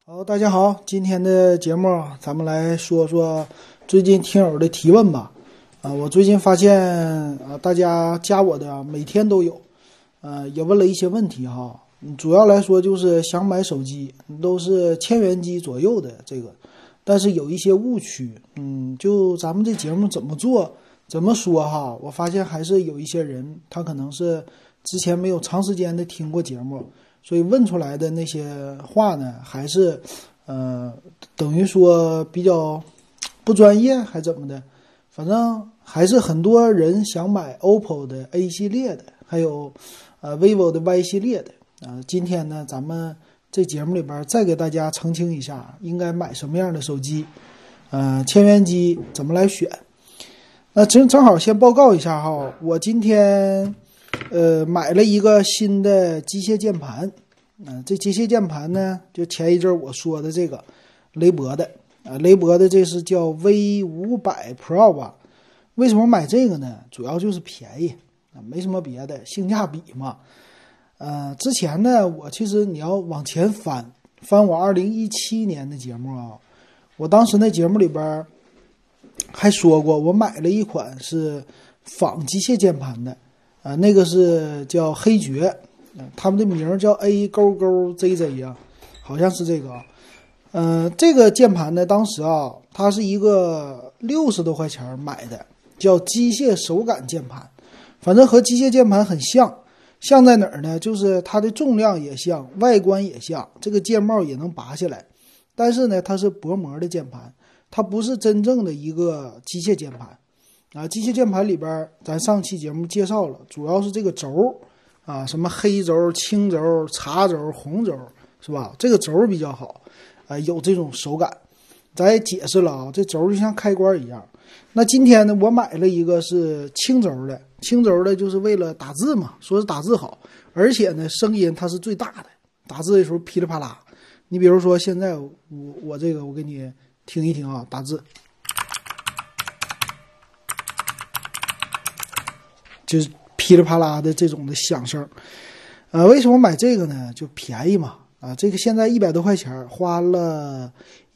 好，大家好，今天的节目咱们来说说最近听友的提问吧。我最近发现大家加我的每天都有，也问了一些问题哈。主要来说就是想买手机，都是1000元机左右的这个，但是有一些误区。就咱们这节目怎么做，怎么说哈，我发现还是有一些人他可能是之前没有长时间的听过节目。所以问出来的那些话呢，还是等于说比较不专业，还怎么的？反正还是很多人想买 OPPO 的 A 系列的，还有vivo 的 Y 系列的。今天呢，咱们这节目里边再给大家澄清一下，应该买什么样的手机，1000元机怎么来选？正好先报告一下哈，我今天买了一个新的机械键盘。这机械键盘呢，就前一阵我说的这个雷博的雷博的这是叫 V500 Pro 吧。为什么买这个呢？主要就是便宜没什么别的，性价比嘛。之前呢，我其实你要往前翻我2017年的节目啊，我当时那节目里边还说过，我买了一款是仿机械键盘的那个是叫黑爵，他们的名叫 A_ZZ 啊，好像是这个这个键盘呢，当时它是一个60多块钱买的，叫机械手感键盘，反正和机械键盘很像。像在哪儿呢？就是它的重量也像，外观也像，这个键帽也能拔下来，但是呢，它是薄膜的键盘，它不是真正的一个机械键盘机械键盘里边咱上期节目介绍了，主要是这个轴什么黑轴、青轴、茶轴、红轴，是吧？这个轴比较好有这种手感。咱也解释了这轴就像开关一样。那今天呢，我买了一个是青轴的，青轴的就是为了打字嘛，说是打字好，而且呢，声音它是最大的，打字的时候噼里啪啦。你比如说现在我这个我给你听一听打字。就是噼里啪啦的这种的响声。为什么买这个呢？就便宜嘛这个现在100多块钱，花了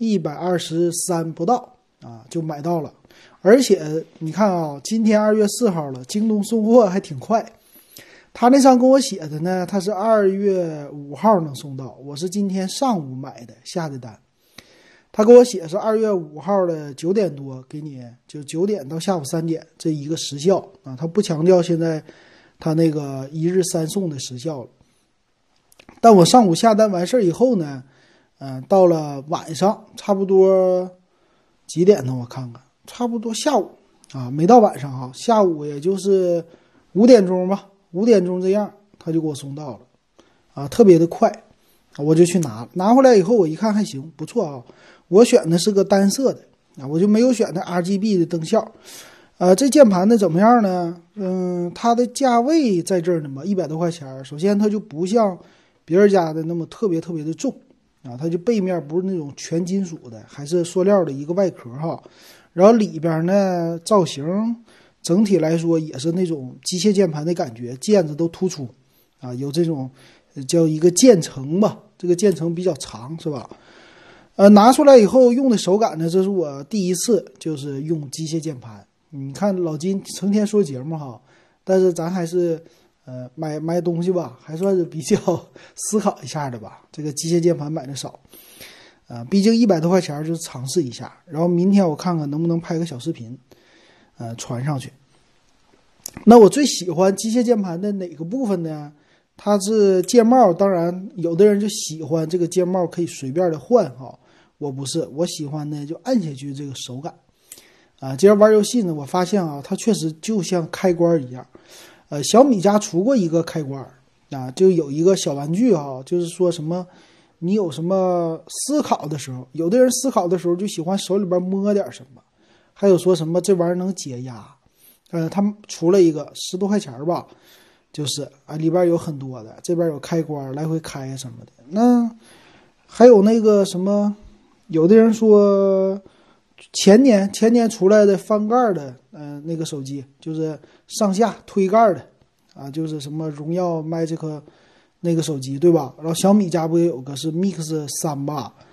123不到就买到了。而且你看今天2月4号了，京东送货还挺快。他那上跟我写的呢，他是2月5号能送到，我是今天上午买的下的单。他给我写是2月5号的9点多给你，就9点到下午3点这一个时效他不强调现在他那个1日3送的时效了。但我上午下单完事以后呢，到了晚上差不多几点呢？我看看，差不多下午没到晚上下午也就是5点钟吧，5点钟这样他就给我送到了特别的快。我就去拿回来以后，我一看还行，不错我选的是个单色的我就没有选的 RGB 的灯效。这键盘呢怎么样呢？它的价位在这儿呢嘛，100多块钱。首先它就不像别人家的那么特别的重它就背面不是那种全金属的，还是塑料的一个外壳然后里边呢造型整体来说也是那种机械键盘的感觉，键子都突出有这种叫一个键程吧，这个键程比较长，是吧？拿出来以后用的手感呢，这是我第一次就是用机械键盘。你看老金成天说节目但是咱还是买东西吧，还算是比较思考一下的吧。这个机械键盘买的少毕竟100多块钱就是尝试一下，然后明天我看看能不能拍个小视频传上去。那我最喜欢机械键盘的哪个部分呢？它是键帽，当然有的人就喜欢这个键帽可以随便的换我不是，我喜欢呢就按下去这个手感既然玩游戏呢，我发现它确实就像开关一样。小米家出过一个开关就有一个小玩具就是说什么你有什么思考的时候，有的人思考的时候就喜欢手里边摸点什么，还有说什么这玩意儿能解压。他们出了一个10多块钱吧，就是里边有很多的，这边有开关来回开什么的。那还有那个什么，有的人说前年出来的翻盖的那个手机，就是上下推盖的就是什么荣耀 Magic 那个手机对吧？然后小米家不也有个是 Mix 3吧，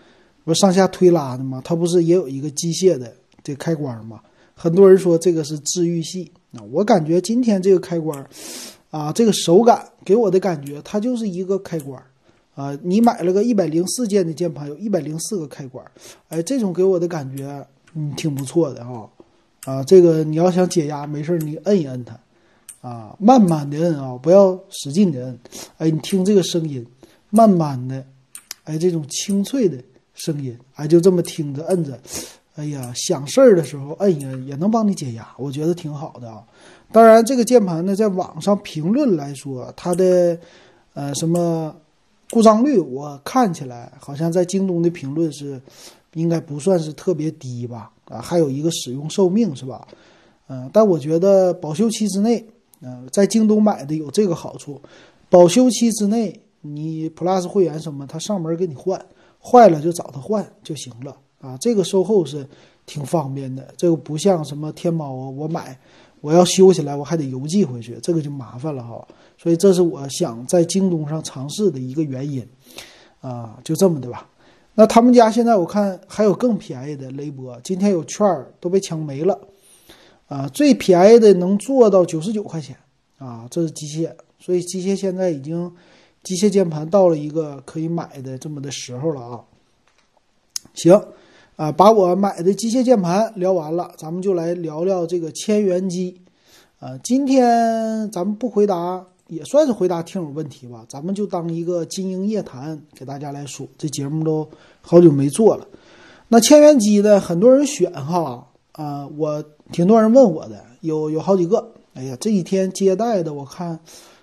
不是上下推拉的吗？它不是也有一个机械的这开关吗？很多人说这个是治愈系，我感觉今天这个开关啊，这个手感给我的感觉它就是一个开关啊。你买了个104键的键盘，有104个开关，哎，这种给我的感觉挺不错的啊。这个你要想解压，没事你摁一摁它啊，慢慢的摁啊，不要使劲的摁。哎，你听这个声音，慢慢的，哎，这种清脆的声音，哎，就这么听着摁着，哎呀，想事儿的时候摁一摁也能帮你解压，我觉得挺好的啊。当然，这个键盘呢，在网上评论来说，它的什么故障率，我看起来好像在京东的评论是应该不算是特别低吧？啊，还有一个使用寿命是吧？但我觉得保修期之内，在京东买的有这个好处，保修期之内你 Plus 会员什么，他上门给你换，坏了就找他换就行了啊。这个售后是挺方便的，这个不像什么天猫啊，我买我要修起来我还得邮寄回去，这个就麻烦了哈。所以这是我想在京东上尝试的一个原因啊，就这么的吧。那他们家现在我看还有更便宜的雷博，今天有券都被抢没了啊，最便宜的能做到99块钱啊，这是机械，所以机械现在已经机械键盘到了一个可以买的这么的时候了啊。行啊，把我买的机械键盘聊完了，咱们就来聊聊这个千元机啊。今天咱们不回答，也算是回答听友问题吧，咱们就当一个金鹰夜谈给大家来说，这节目都好久没做了。那千元机呢，很多人选哈啊，我挺多人问我的，有好几个。哎呀，这一天接待的我看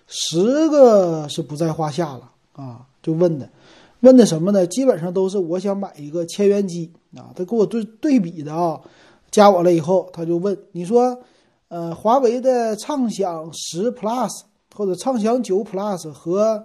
10个是不在话下了啊，就问的什么呢？基本上都是我想买一个千元机啊，他给我对比的啊，加我了以后他就问你说，华为的畅享10 Plus 或者畅享9 Plus 和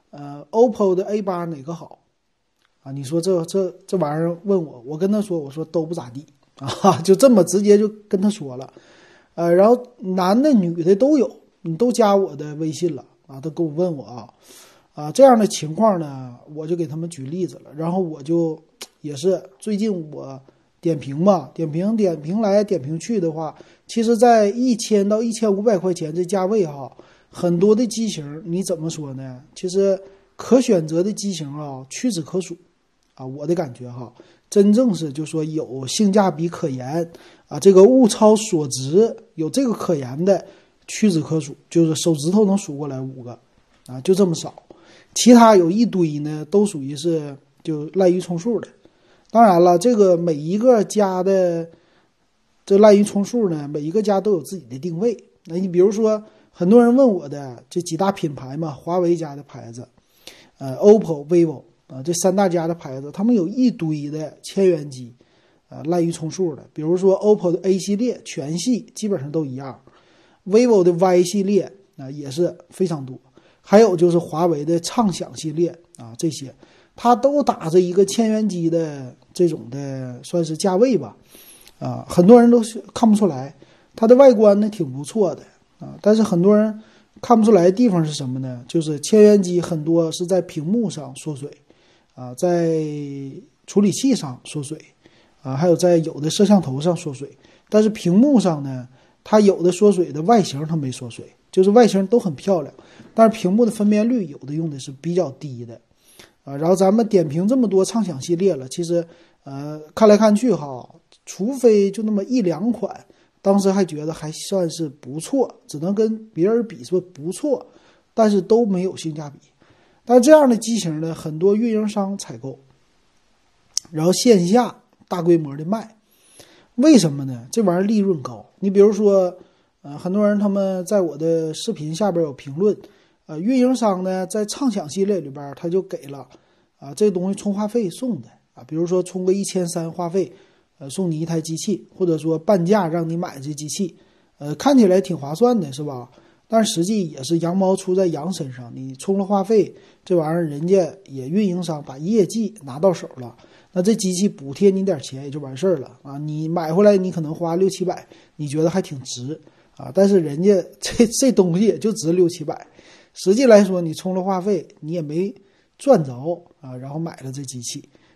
OPPO 的 A8 哪个好啊？你说这玩意儿问我跟他说，我说都不咋地啊，就这么直接就跟他说了。然后男的女的都有，你都加我的微信了啊，都给我问我这样的情况呢，我就给他们举例子了。然后我就也是最近我点评嘛，点评来点评去的话，其实在1000到1500块钱这价位哈，很多的机型你怎么说呢？其实可选择的机型啊屈指可数啊，我的感觉哈，真正是就说有性价比可言啊，这个物超所值有这个可言的屈指可数，就是手指头能数过来5个啊，就这么少。其他有一堆呢，都属于是就滥竽充数的。当然了，这个每一个家的这滥竽充数呢，每一个家都有自己的定位。那你比如说，很多人问我的这几大品牌嘛，华为家的牌子，OPPO、vivo 啊，这3大家的牌子，他们有一堆的千元机，滥竽充数的。比如说 OPPO 的 A 系列全系基本上都一样，vivo 的 Y 系列也是非常多。还有就是华为的畅享系列啊，这些它都打着一个千元机的这种的算是价位吧，啊，很多人都看不出来，它的外观呢挺不错的啊，但是很多人看不出来的地方是什么呢？就是千元机很多是在屏幕上缩水啊，在处理器上缩水啊，还有在有的摄像头上缩水，但是屏幕上呢，它有的缩水的外形它没缩水，就是外形都很漂亮，但是屏幕的分辨率有的用的是比较低的啊。然后咱们点评这么多畅享系列了，其实看来看去哈，除非就那么1-2款，当时还觉得还算是不错，只能跟别人比说不错，但是都没有性价比。但这样的机型呢，很多运营商采购，然后线下大规模的卖，为什么呢？这玩意儿利润高。你比如说很多人他们在我的视频下边有评论，运营商呢在畅享系列里边他就给了这东西充话费送的啊，比如说充个1300话费，送你一台机器，或者说半价让你买这机器，看起来挺划算的是吧？但实际也是羊毛出在羊身上，你充了话费，这玩意儿人家也运营商把业绩拿到手了，那这机器补贴你点钱也就完事儿了啊！你买回来你可能花600-700，你觉得还挺值啊，但是人家这东西也就值600-700，实际来说你充了话费你也没赚着啊，然后买了这机器，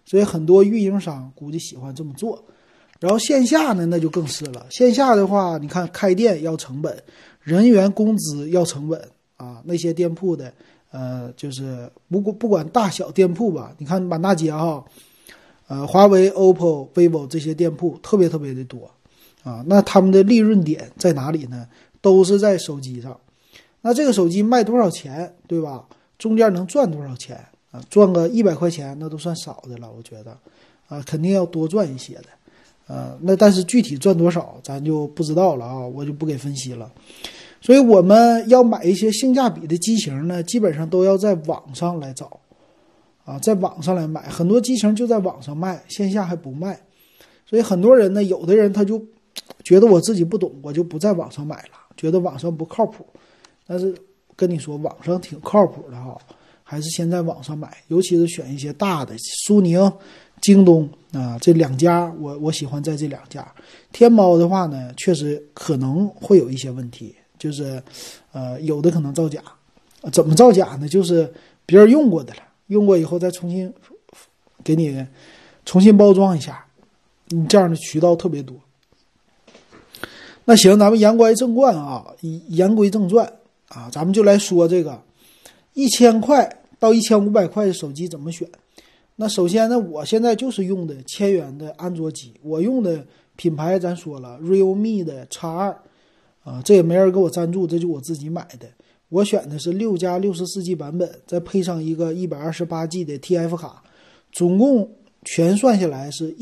所以很多运营商估计喜欢这么做。然后线下呢，那就更是了。线下的话，你看开店要成本，人员工资要成本啊，那些店铺的，就是不管大小店铺吧，你看满大街哈，华为、OPPO、vivo 这些店铺特别特别的多啊，那他们的利润点在哪里呢？都是在手机上。那这个手机卖多少钱，对吧？中间能赚多少钱啊？赚个100块钱那都算少的了，我觉得啊，肯定要多赚一些的。那但是具体赚多少咱就不知道了啊，我就不给分析了。所以我们要买一些性价比的机型呢，基本上都要在网上来找啊，在网上来买，很多机型就在网上卖，线下还不卖。所以很多人呢，有的人他就觉得我自己不懂，我就不在网上买了，觉得网上不靠谱。但是跟你说，网上挺靠谱的哈，还是先在网上买，尤其是选一些大的，苏宁、京东啊，这两家我喜欢在这两家。天猫的话呢，确实可能会有一些问题，就是有的可能造假。怎么造假呢？就是别人用过的了，用过以后再重新给你重新包装一下，你这样的渠道特别多。那行，咱们言归正传啊，言归正传啊，咱们就来说这个1000块到1500块的手机怎么选。那首先呢，我现在就是用的1000元的安卓机，我用的品牌咱说了 realme 的 X2 啊，这也没人给我赞助，这就我自己买的。我选的是6+64G 版本，再配上一个128G 的 TF 卡，总共全算下来是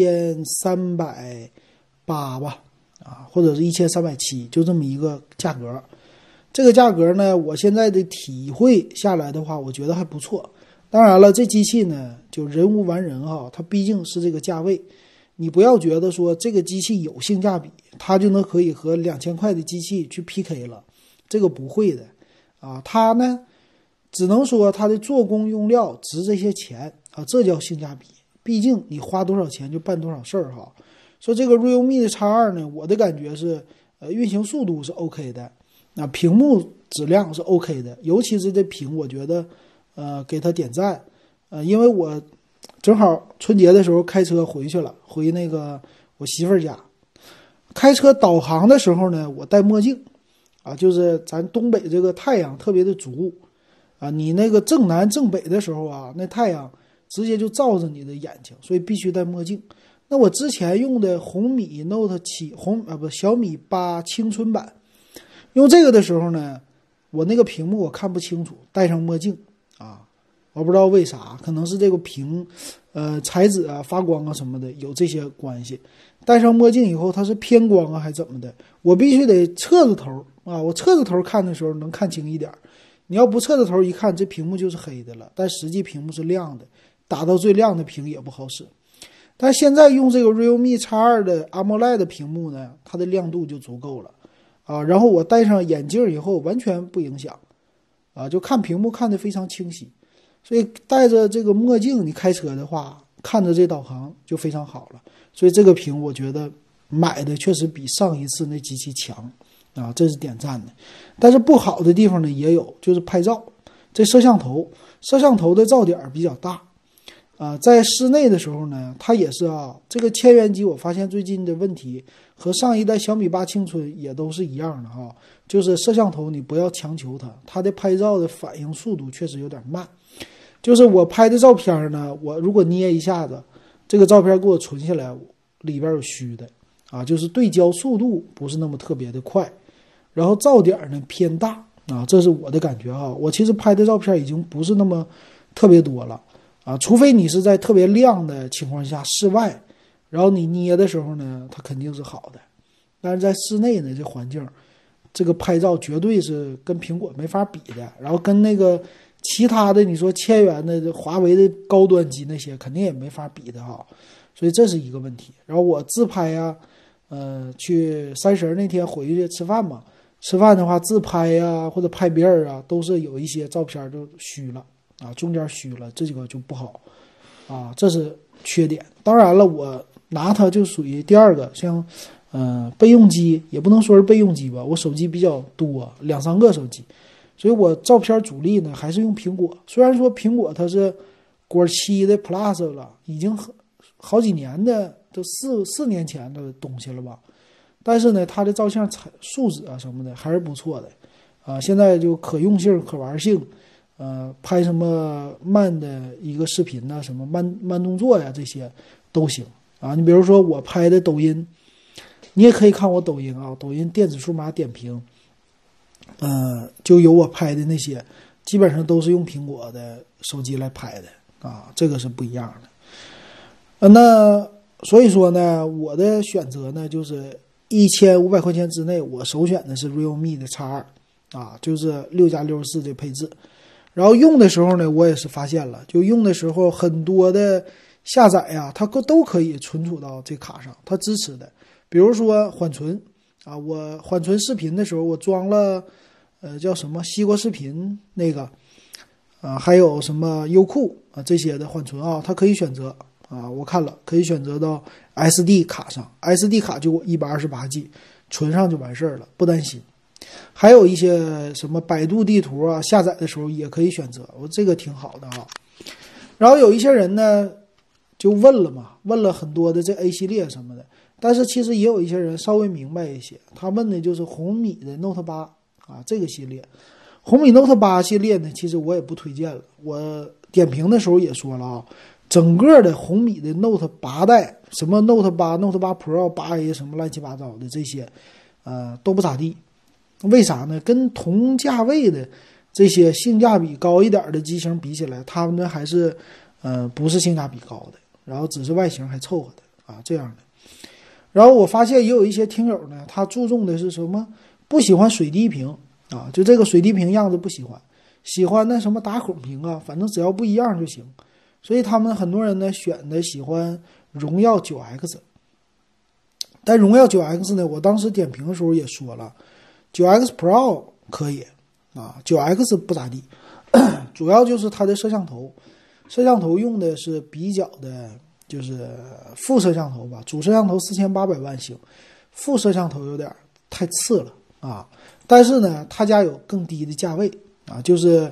1380吧，啊，或者是1370，就这么一个价格。这个价格呢，我现在的体会下来的话，我觉得还不错。当然了，这机器呢，就人无完人哈，它毕竟是这个价位，你不要觉得说这个机器有性价比，它就能可以和2000块的机器去 PK 了，这个不会的啊。它呢，只能说它的做工用料值这些钱啊，这叫性价比。毕竟你花多少钱就办多少事儿哈。说这个 realme 的 X2 呢，我的感觉是，运行速度是 OK 的，那屏幕质量是 OK 的，尤其是这屏，我觉得。给他点赞，因为我正好春节的时候开车回去了，回那个我媳妇儿家，开车导航的时候呢，我戴墨镜，啊，就是咱东北这个太阳特别的足，啊，你那个正南正北的时候啊，那太阳直接就照着你的眼睛，所以必须戴墨镜。那我之前用的红米 Note 7小米8青春版，用这个的时候呢，我那个屏幕我看不清楚，戴上墨镜。啊，我不知道为啥，可能是这个屏，材质啊、发光啊什么的有这些关系。戴上墨镜以后，它是偏光啊，还怎么的？我必须得侧着头啊，我侧着头看的时候能看清一点。你要不侧着头一看，这屏幕就是黑的了，但实际屏幕是亮的，打到最亮的屏也不好使。但现在用这个 realme X2 的 AMOLED 屏幕呢，它的亮度就足够了啊。然后我戴上眼镜以后，完全不影响。啊，就看屏幕看得非常清晰，所以戴着这个墨镜，你开车的话，看着这导航就非常好了。所以这个屏我觉得买的确实比上一次那机器强啊，这是点赞的。但是不好的地方呢也有，就是拍照，这摄像头的噪点比较大啊，在室内的时候呢，它也是啊，这个1000元机我发现最近的问题和上一代小米8青春也都是一样的哈。就是摄像头你不要强求它的拍照的反应速度确实有点慢。就是我拍的照片呢，我如果捏一下子，这个照片给我存下来，里边有虚的啊，就是对焦速度不是那么特别的快，然后噪点呢偏大啊，这是我的感觉啊。我其实拍的照片已经不是那么特别多了啊，除非你是在特别亮的情况下室外，然后你捏的时候呢，它肯定是好的。但是在室内呢，这环境。这个拍照绝对是跟苹果没法比的，然后跟那个其他的你说1000元的华为的高端机那些肯定也没法比的哈，所以这是一个问题。然后我自拍呀，去30那天回去吃饭嘛，吃饭的话自拍呀或者拍别人啊，都是有一些照片就虚了啊，中间虚了，这个就不好啊，这是缺点。当然了，我拿它就属于第二个，像。备用机也不能说是备用机吧，我手机比较多，2-3个手机，所以我照片主力呢还是用苹果。虽然说苹果它是果7的 Plus 了，已经好几年的，都四年前的东西了吧。但是呢，它的照相素质啊什么的还是不错的啊。现在就可用性、可玩性，拍什么慢的一个视频呐，什么慢动作呀，这些都行啊。你比如说我拍的抖音，你也可以看我抖音啊，抖音电子数码点评，就有我拍的那些，基本上都是用苹果的手机来拍的啊，这个是不一样的。那所以说呢，我的选择呢就是1500块钱之内，我首选的是 realme 的 X2 啊，就是6+64的配置。然后用的时候呢，我也是发现了，就用的时候很多的下载呀，它都可以存储到这卡上，它支持的。比如说缓存啊，我缓存视频的时候，我装了叫什么西瓜视频那个还有什么优酷啊这些的缓存啊，它可以选择啊，我看了可以选择到 SD 卡上 ，SD 卡就128G， 存上就完事儿了，不担心。还有一些什么百度地图啊，下载的时候也可以选择，我这个挺好的啊。然后有一些人呢就问了很多的这 A 系列什么的，但是其实也有一些人稍微明白一些，他问的就是红米的 Note 8啊这个系列。红米 Note 8系列呢，其实我也不推荐了，我点评的时候也说了啊，整个的红米的 Note 8代，什么 Note 8、Note 8 Pro、8A 什么乱七八糟的这些，都不咋地。为啥呢？跟同价位的这些性价比高一点的机型比起来，他们呢还是不是性价比高的，然后只是外形还凑合的啊这样的。然后我发现也有一些听友呢，他注重的是什么？不喜欢水滴屏啊，就这个水滴屏样子不喜欢，喜欢那什么打孔屏啊，反正只要不一样就行。所以他们很多人呢选的喜欢荣耀 9X， 但荣耀 9X 呢，我当时点评的时候也说了。9X Pro 可以啊 ，9X 不咋地，主要就是它的摄像头用的是比较的，就是副摄像头吧，主摄像头4800万星，副摄像头有点太次了啊。但是呢，它家有更低的价位啊，就是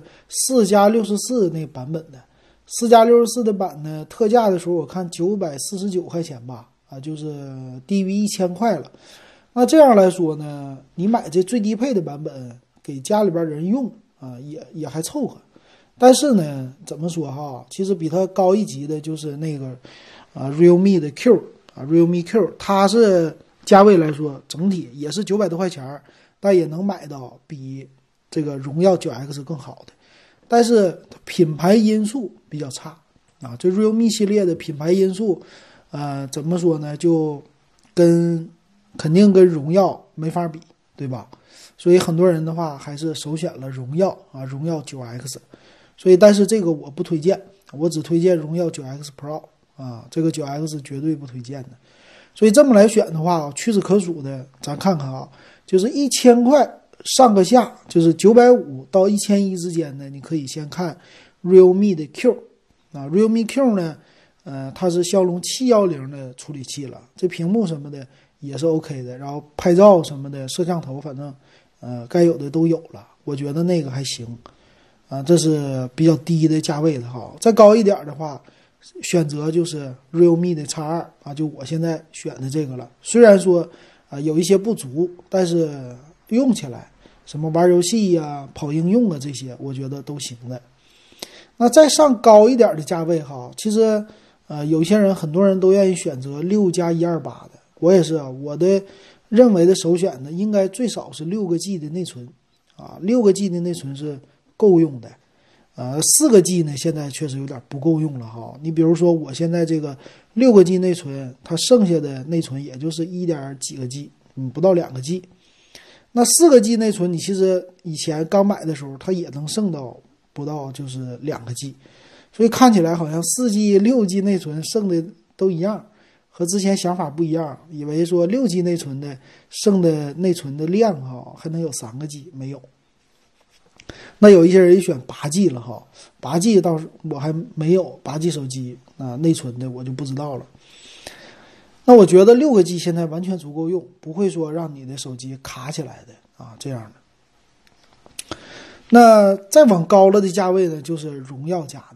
4+64那个版本的，4+64的版呢，特价的时候我看949块钱吧，啊，就是低于1000块了。那这样来说呢，你买这最低配的版本给家里边人用啊，也还凑合。但是呢，怎么说哈，其实比它高一级的就是那个realme 的 Q 啊 realme Q， 它是价位来说整体也是900多块钱，但也能买到比这个荣耀 9X 更好的。但是品牌因素比较差啊，这 realme 系列的品牌因素怎么说呢，就肯定跟荣耀没法比，对吧？所以很多人的话还是首选了荣耀啊，荣耀 9X。所以但是这个我不推荐，我只推荐荣耀 9X Pro 啊，这个 9X 绝对不推荐的。所以这么来选的话，屈指可数的，咱看看啊，就是1000块上个下，就是950到1100之间的，你可以先看 realme 的 Q 啊 ，realme Q 呢，它是骁龙710的处理器了，这屏幕什么的也是 OK 的，然后拍照什么的，摄像头反正该有的都有了，我觉得那个还行啊，这是比较低的价位的哈。再高一点的话，选择就是 realme 的 X2啊，就我现在选的这个了。虽然说有一些不足，但是用起来什么玩游戏呀、跑应用啊这些，我觉得都行的。那再上高一点的价位哈，其实有些人很多人都愿意选择6+128的。我也是啊，我的认为的首选呢，应该最少是6个G 的内存啊，6个G 的内存是够用的。4个G 呢，现在确实有点不够用了哈。你比如说我现在这个6个G 内存，它剩下的内存也就是1点几个 G， 不到2个 G。那4个G 内存，你其实以前刚买的时候，它也能剩到不到就是2个G，所以看起来好像4G、6G 内存剩的都一样。和之前想法不一样，以为说6G 内存的剩的内存的量还能有3个G， 没有。那有一些人也选8G 了哈，8G 倒是我还没有8G 手机内存的我就不知道了。那我觉得6个G 现在完全足够用，不会说让你的手机卡起来的这样的。那再往高了的价位呢，就是荣耀家的了。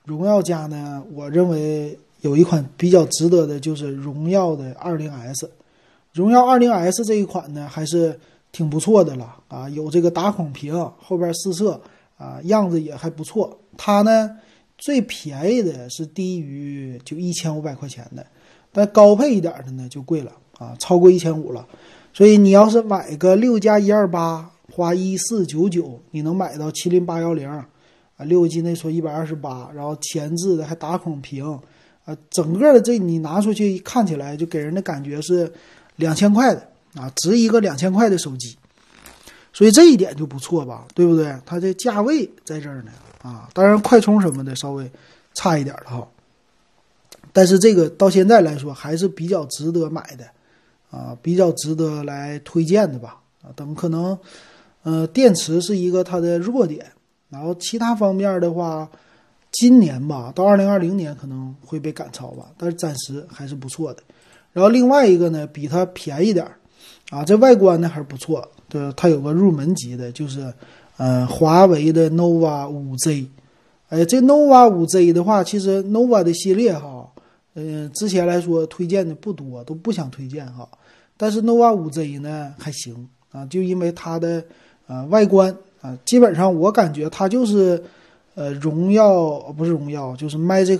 荣耀家呢，我认为有一款比较值得的，就是荣耀的 20S。荣耀 20S 这一款呢，还是挺不错的了啊，有这个打孔屏，后边四摄啊，样子也还不错。它呢最便宜的是低于就1500块钱的，但高配一点的呢就贵了啊，超过1500了。所以你要是买个6+128，花1499，你能买到麒麟810啊，6G 内存128，然后前置的还打孔屏啊，整个的这你拿出去看起来就给人的感觉是2000块的啊，值一个2000块的手机。所以这一点就不错吧，对不对？它这价位在这儿呢啊，当然快充什么的稍微差一点了哈，但是这个到现在来说还是比较值得买的啊，比较值得来推荐的吧啊。等可能电池是一个它的弱点，然后其他方面的话，今年吧到2020年可能会被赶超吧，但是暂时还是不错的。然后另外一个呢，比它便宜点啊，这外观呢还是不错。对，它有个入门级的，就是华为的 nova 5Z。这 nova 5Z 的话，其实 nova 的系列哈，之前来说推荐的不多，都不想推荐哈。但是 nova 5Z 呢还行啊，就因为它的外观啊，基本上我感觉它就是荣耀不是荣耀，就是 Magic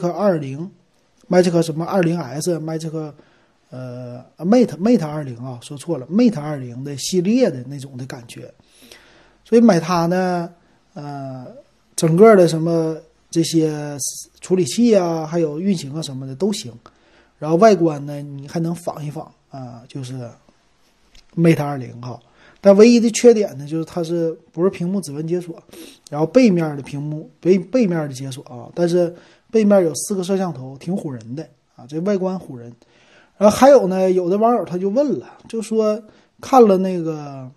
20，Magic 什么 20S，Magic Mate 20啊，说错了 ，Mate 20的系列的那种的感觉。所以买它呢，整个的什么这些处理器啊，还有运行啊什么的都行。然后外观呢，你还能仿一仿啊，就是 Mate 20哈。但唯一的缺点呢，就是它是不是屏幕指纹解锁，然后背面的屏幕背面的解锁啊，但是背面有4个摄像头，挺唬人的啊，这外观唬人。然后还有呢，有的网友他就问了，就说看了那个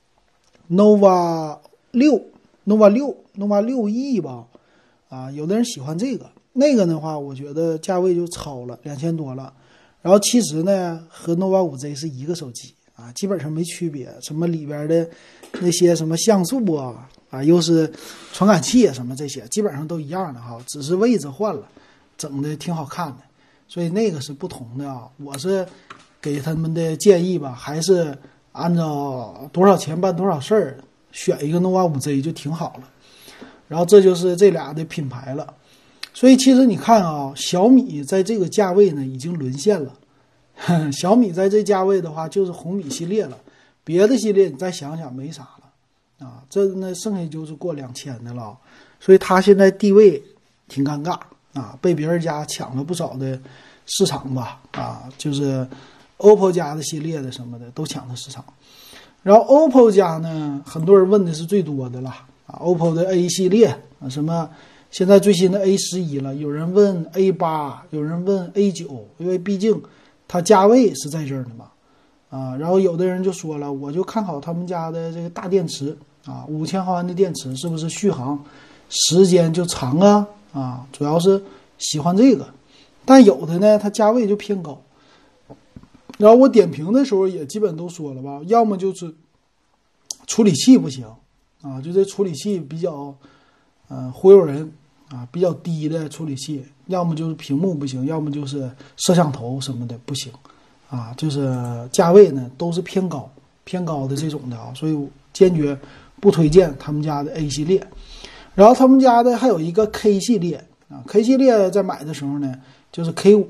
nova 6E 吧，啊，有的人喜欢这个，那个的话，我觉得价位就超了2000多了。然后其实呢，和 nova 5Z 是一个手机啊，基本上没区别，什么里边的那些什么像素啊，又是传感器什么这些，基本上都一样的哈，只是位置换了，整的挺好看的。所以那个是不同的啊，我是给他们的建议吧，还是按照多少钱办多少事儿，选一个 nova 5Z 就挺好了。然后这就是这俩的品牌了。所以其实你看啊，小米在这个价位呢已经沦陷了。小米在这价位的话就是红米系列了，别的系列你再想想没啥了啊，这呢剩下就是过2000的了。所以它现在地位挺尴尬啊，被别人家抢了不少的市场吧啊，就是 OPPO 家的系列的什么的都抢了市场。然后 OPPO 家呢，很多人问的是最多的了啊 ，OPPO 的 A 系列啊，什么现在最新的 A11了，有人问 A8，有人问 A9，因为毕竟它价位是在这儿的嘛啊。然后有的人就说了，我就看好他们家的这个大电池啊，5000毫安的电池是不是续航时间就长啊，主要是喜欢这个。但有的呢，它价位就偏高。然后我点评的时候也基本都说了吧，要么就是处理器不行啊，就这处理器比较忽悠人啊，比较低的处理器，要么就是屏幕不行，要么就是摄像头什么的不行啊，就是价位呢都是偏高的这种的啊，所以坚决不推荐他们家的 A 系列。然后他们家的还有一个 K 系列啊 ，K 系列在买的时候呢，就是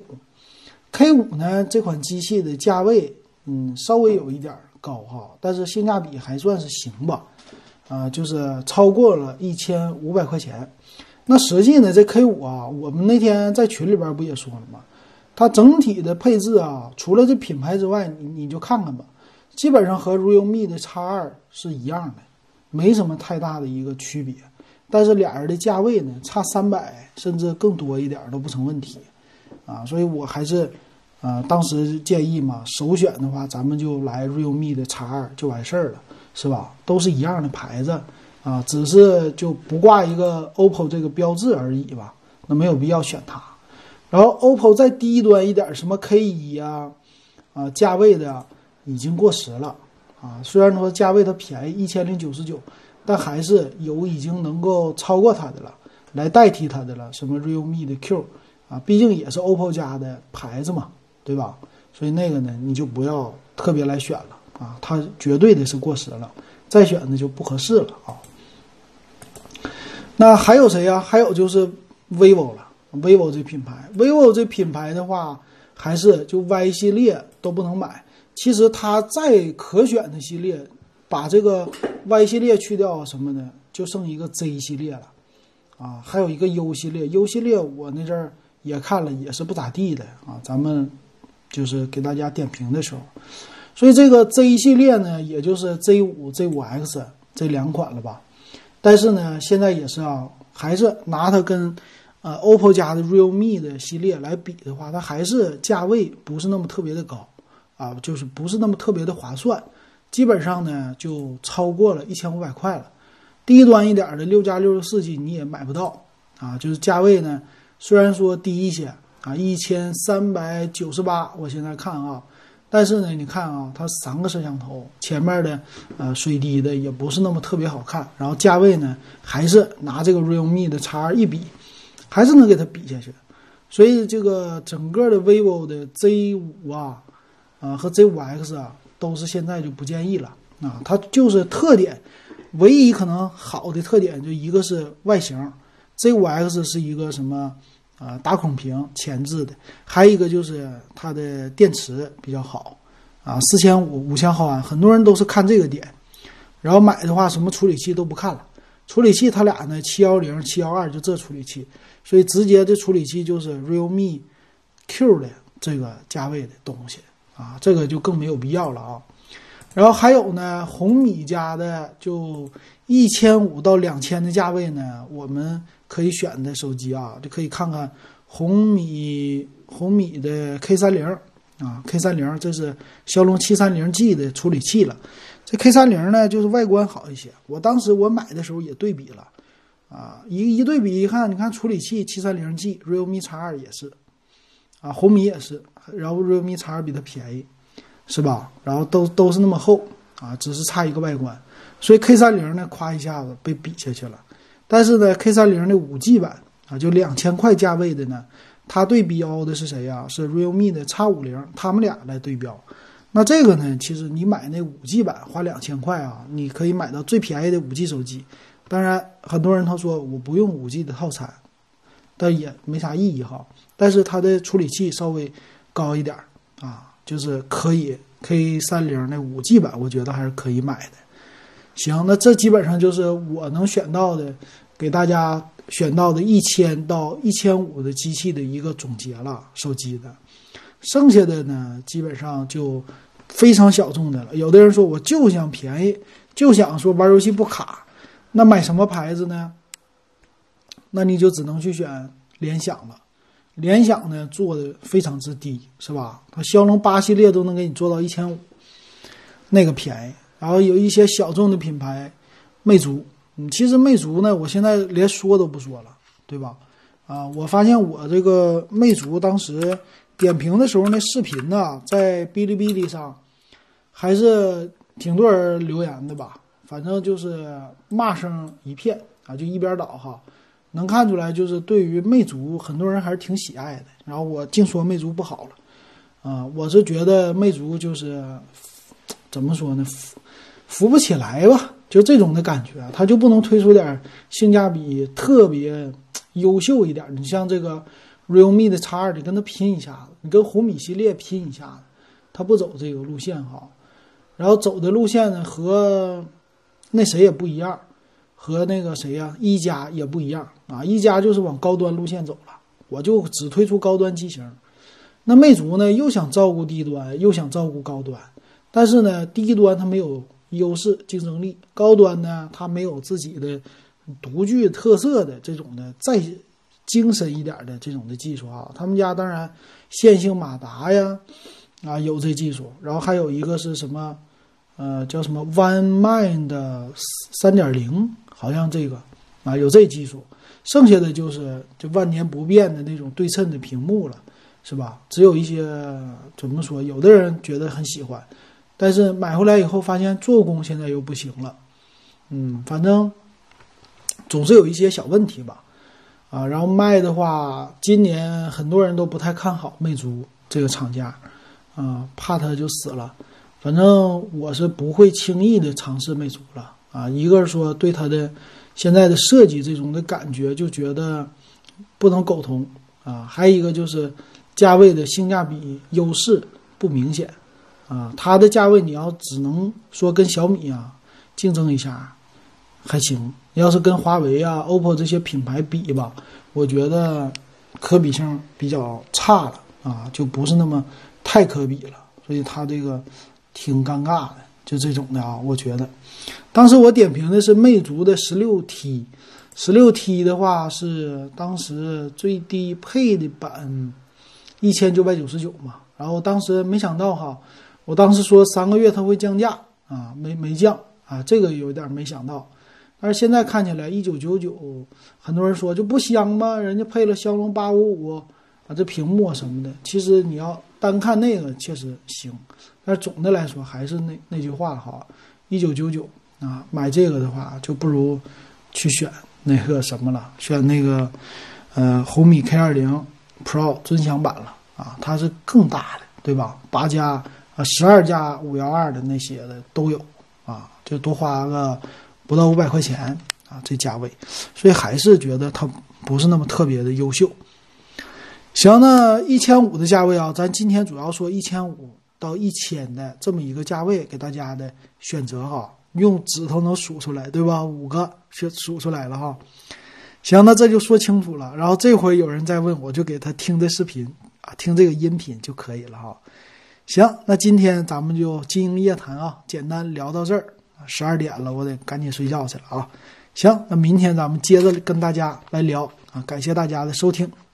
K5 呢这款机器的价位稍微有一点高哈，但是性价比还算是行吧，就是超过了1500块钱。那实际呢这 K5 啊，我们那天在群里边不也说了吗？它整体的配置啊，除了这品牌之外，你就看看吧，基本上和 realme 的 X2 是一样的，没什么太大的一个区别。但是俩人的价位呢差300甚至更多一点都不成问题啊，所以我还是当时建议嘛，首选的话咱们就来 realme 的 X2 就完事儿了，是吧？都是一样的牌子啊，只是就不挂一个 OPPO 这个标志而已吧，那没有必要选它。然后 OPPO 再低端一点，什么 K1 价位的已经过时了啊，虽然说价位它便宜1099，但还是有已经能够超过它的了。 来代替它的了，什么 realme 的 Q 啊，毕竟也是 OPPO 家的牌子嘛，对吧？所以那个呢，你就不要特别来选了啊，它绝对的是过时了，再选的就不合适了啊。那还有谁呀？还有就是 vivo 了。vivo 这品牌 ，vivo 这品牌的话，还是就 Y 系列都不能买。其实它再可选的系列，把这个 Y 系列去掉什么呢？就剩一个 Z 系列了啊，还有一个 U 系列。U 系列我那阵儿也看了，也是不咋地的啊。咱们就是给大家点评的时候，所以这个 Z 系列呢，也就是 Z5、Z5X 这两款了吧。但是呢，现在也是啊，还是拿它跟OPPO 家的 realme 的系列来比的话，它还是价位不是那么特别的高啊，就是不是那么特别的划算，基本上呢就超过了1500块了。低端一点的6+64G 你也买不到啊，就是价位呢虽然说低一些啊，1398，我现在看啊，但是呢你看啊，它3个摄像头，前面的水滴的也不是那么特别好看，然后价位呢还是拿这个 realme 的 X2 一比，还是能给它比下去。所以这个整个的 vivo 的 Z5 和 Z5X 都是现在就不建议了啊，它就是特点唯一可能好的特点就一个是外形， Z5X 是一个什么打孔屏前置的，还有一个就是它的电池比较好啊，4500毫安，很多人都是看这个点，然后买的话什么处理器都不看了，处理器它俩呢710、712就这处理器，所以直接的处理器就是 realme Q 的这个价位的东西啊，这个就更没有必要了啊。然后还有呢，红米家的就1500到2000的价位呢，我们可以选的手机啊，就可以看看红米的 K30 啊 ，K30 这是骁龙730G 的处理器了。这 K30 呢，就是外观好一些。当时我买的时候也对比了啊，一对比一看，你看处理器 730G，realme X2 也是啊，红米也是，然后 realme X2 比它便宜。是吧？然后都是那么厚啊，只是差一个外观，所以 K30 呢，夸一下子被比下去了。但是呢 ，K30 的5G 版啊，就2000块价位的呢，它对标的是谁呀？是 realme 的 X50，他们俩来对标。那这个呢，其实你买那5G 版花2000块啊，你可以买到最便宜的5G 手机。当然，很多人他说我不用5G 的套餐，但也没啥意义哈。但是它的处理器稍微高一点啊。就是可以 K30 那5G 版，我觉得还是可以买的。行，那这基本上就是我能选到的，给大家选到的1000到1500的机器的一个总结了，手机的。剩下的呢，基本上就非常小众的了。有的人说我就想便宜，就想说玩游戏不卡，那买什么牌子呢？那你就只能去选联想了。联想呢做的非常之低，是吧？它骁龙8系列都能给你做到1500，那个便宜。然后有一些小众的品牌，魅族，其实魅族呢，我现在连说都不说了，对吧？我发现我这个魅族当时点评的时候，那视频呢，在哔哩哔哩上还是挺多人留言的吧，反正就是骂声一片啊，就一边倒哈。能看出来，就是对于魅族很多人还是挺喜爱的。然后我净说魅族不好了，我是觉得魅族就是怎么说呢，扶不起来吧，就这种的感觉，它就不能推出点性价比特别优秀一点。你像这个 realme 的 X2，你跟它拼一下子，你跟红米系列拼一下子，它不走这个路线哈。然后走的路线呢和那谁也不一样。和那个谁呀，一加也不一样啊，一加就是往高端路线走了，我就只推出高端机型。那魅族呢，又想照顾低端，又想照顾高端，但是呢，低端它没有优势竞争力，高端呢，它没有自己的独具特色的这种的再精神一点的这种的技术啊。他们家当然线性马达呀，有这技术，然后还有一个是什么，叫什么 One Mind 3.0。好像这个有这技术，剩下的就万年不变的那种对称的屏幕了，是吧？只有一些怎么说，有的人觉得很喜欢，但是买回来以后发现做工现在又不行了，反正总是有一些小问题吧。 啊。然后卖的话，今年很多人都不太看好魅族这个厂家啊，怕它就死了。反正我是不会轻易的尝试魅族了啊。一个是说对它的现在的设计这种的感觉就觉得不能苟同啊，还有一个就是价位的性价比优势不明显啊。它的价位你要只能说跟小米啊竞争一下还行，要是跟华为啊 OPPO 这些品牌比吧，我觉得可比性比较差了啊，就不是那么太可比了，所以它这个挺尴尬的，就这种的啊。我觉得当时我点评的是魅族的 16T 的话是当时最低配的版1999嘛，然后当时没想到哈，我当时说3个月它会降价啊，没降啊，这个有点没想到。但是现在看起来1999，很多人说就不香吗？人家配了骁龙855啊，这屏幕什么的，其实你要单看那个确实行，但是总的来说还是那句话哈，1999啊，买这个的话就不如去选那个什么了，选那个红米 K20 Pro 尊享版了啊，它是更大的，对吧？8加啊12加512的那些的都有啊，就多花个不到500块钱啊，这价位，所以还是觉得它不是那么特别的优秀。行，那1500的价位啊，咱今天主要说1500到1000的这么一个价位给大家的选择哈，用指头能数出来，对吧？5个数出来了哈。行，那这就说清楚了。然后这回有人再问，我就给他听的视频啊，听这个音频就可以了哈。行，那今天咱们就经营夜谈啊，简单聊到这儿。12点了，我得赶紧睡觉去了啊。行，那明天咱们接着跟大家来聊啊，感谢大家的收听。